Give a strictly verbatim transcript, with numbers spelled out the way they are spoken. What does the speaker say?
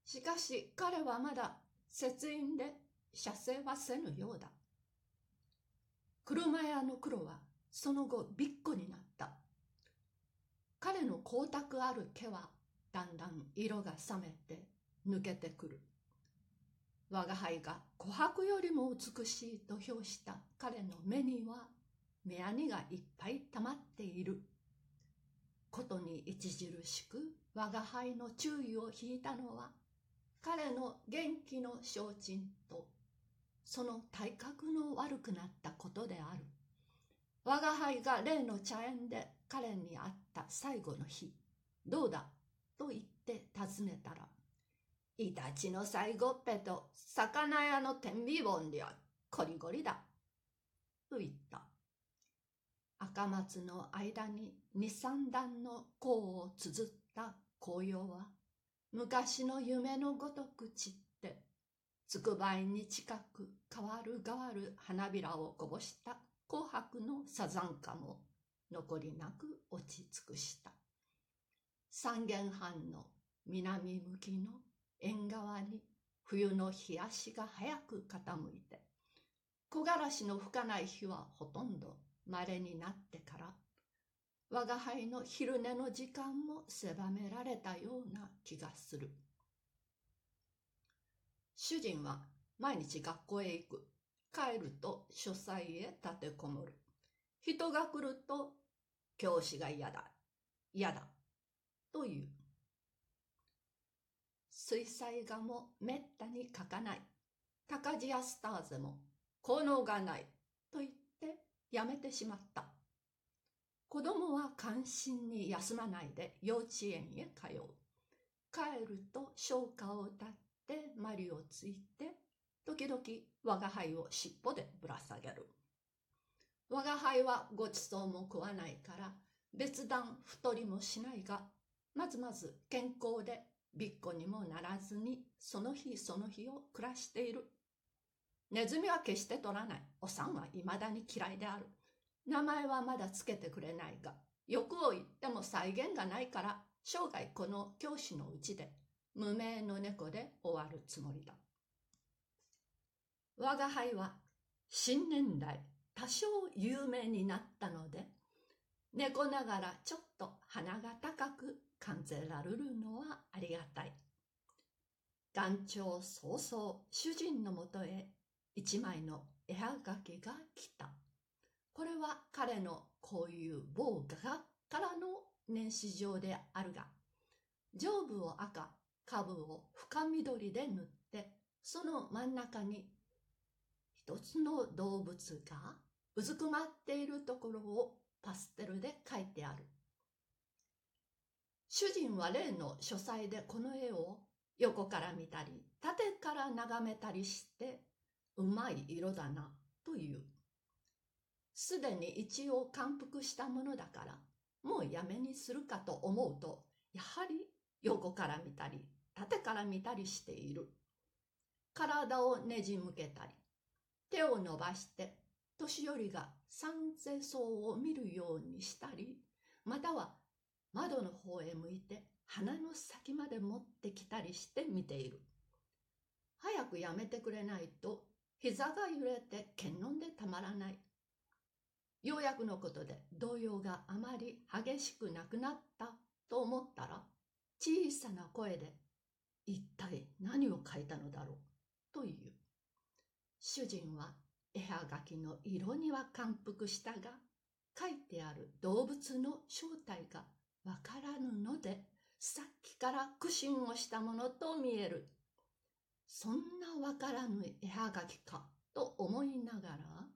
しかし彼はまだ節員で射精はせぬようだ。車屋の黒はその後びっこになった。彼の光沢ある毛はだんだん色が冷めて抜けてくる。我が輩が琥珀よりも美しいと評した彼の目には目やにがいっぱい溜まっていることに著しく我が輩の注意を引いたのは、彼の元気の消沈とその体格の悪くなったことである。我が輩が例の茶園で彼に会った最後の日、どうだと言って尋ねたら、イタチの最後っぺと魚屋の天秤本ではコリゴリだと言った。赤松の間に二三段の甲を綴った紅葉は昔の夢のごとく散ってつくばいに近く変わる変わる花びらをこぼした紅白のサザンカも残りなく落ち尽くした。三軒半の南向きの縁側に冬の日足が早く傾いて、木枯らしの吹かない日はほとんど稀になってから、我が輩の昼寝の時間も狭められたような気がする。主人は毎日学校へ行く。帰ると書斎へ立てこもる。人が来ると教師が嫌だ、嫌だという。水彩画もめったに描かない。高地やスターゼも効能がないと言ってやめてしまった。子供は関心に休まないで幼稚園へ通う。帰ると唱歌を歌ってマリをついて、時々我が輩を尻尾でぶら下げる。我が輩はごちそうも食わないから別段太りもしないが、まずまず健康でびっこにもならずにその日その日を暮らしている。ネズミは決して取らない。おさんはいまだに嫌いである。名前はまだつけてくれないが、欲を言っても際限がないから生涯この教師のうちで無名の猫で終わるつもりだ。我が輩は新年来多少有名になったので、猫ながらちょっと鼻が高く感じられるのはありがたい。元朝早々主人のもとへ一枚の絵はがきが来た。これは彼のこういう某画家からの年始状であるが、上部を赤、下部を深緑で塗って、その真ん中に一つの動物がうずくまっているところをパステルで描いてある。主人は例の書斎でこの絵を横から見たり縦から眺めたりして、うまい色だなという。すでに一応感服したものだからもうやめにするかと思うと、やはり横から見たり縦から見たりしている。体をねじ向けたり手を伸ばして年寄りが三世草を見るようにしたり、または窓の方へ向いて鼻の先まで持ってきたりして見ている。早くやめてくれないと膝が揺れて痙攣でたまらない。ようやくのことで動揺があまり激しくなくなったと思ったら、小さな声で一体何を書いたのだろうという。主人は絵はがきの色には感服したが、書いてある動物の正体がわからぬので、さっきから苦心をしたものと見える。そんなわからぬ絵はがきかと思いながら、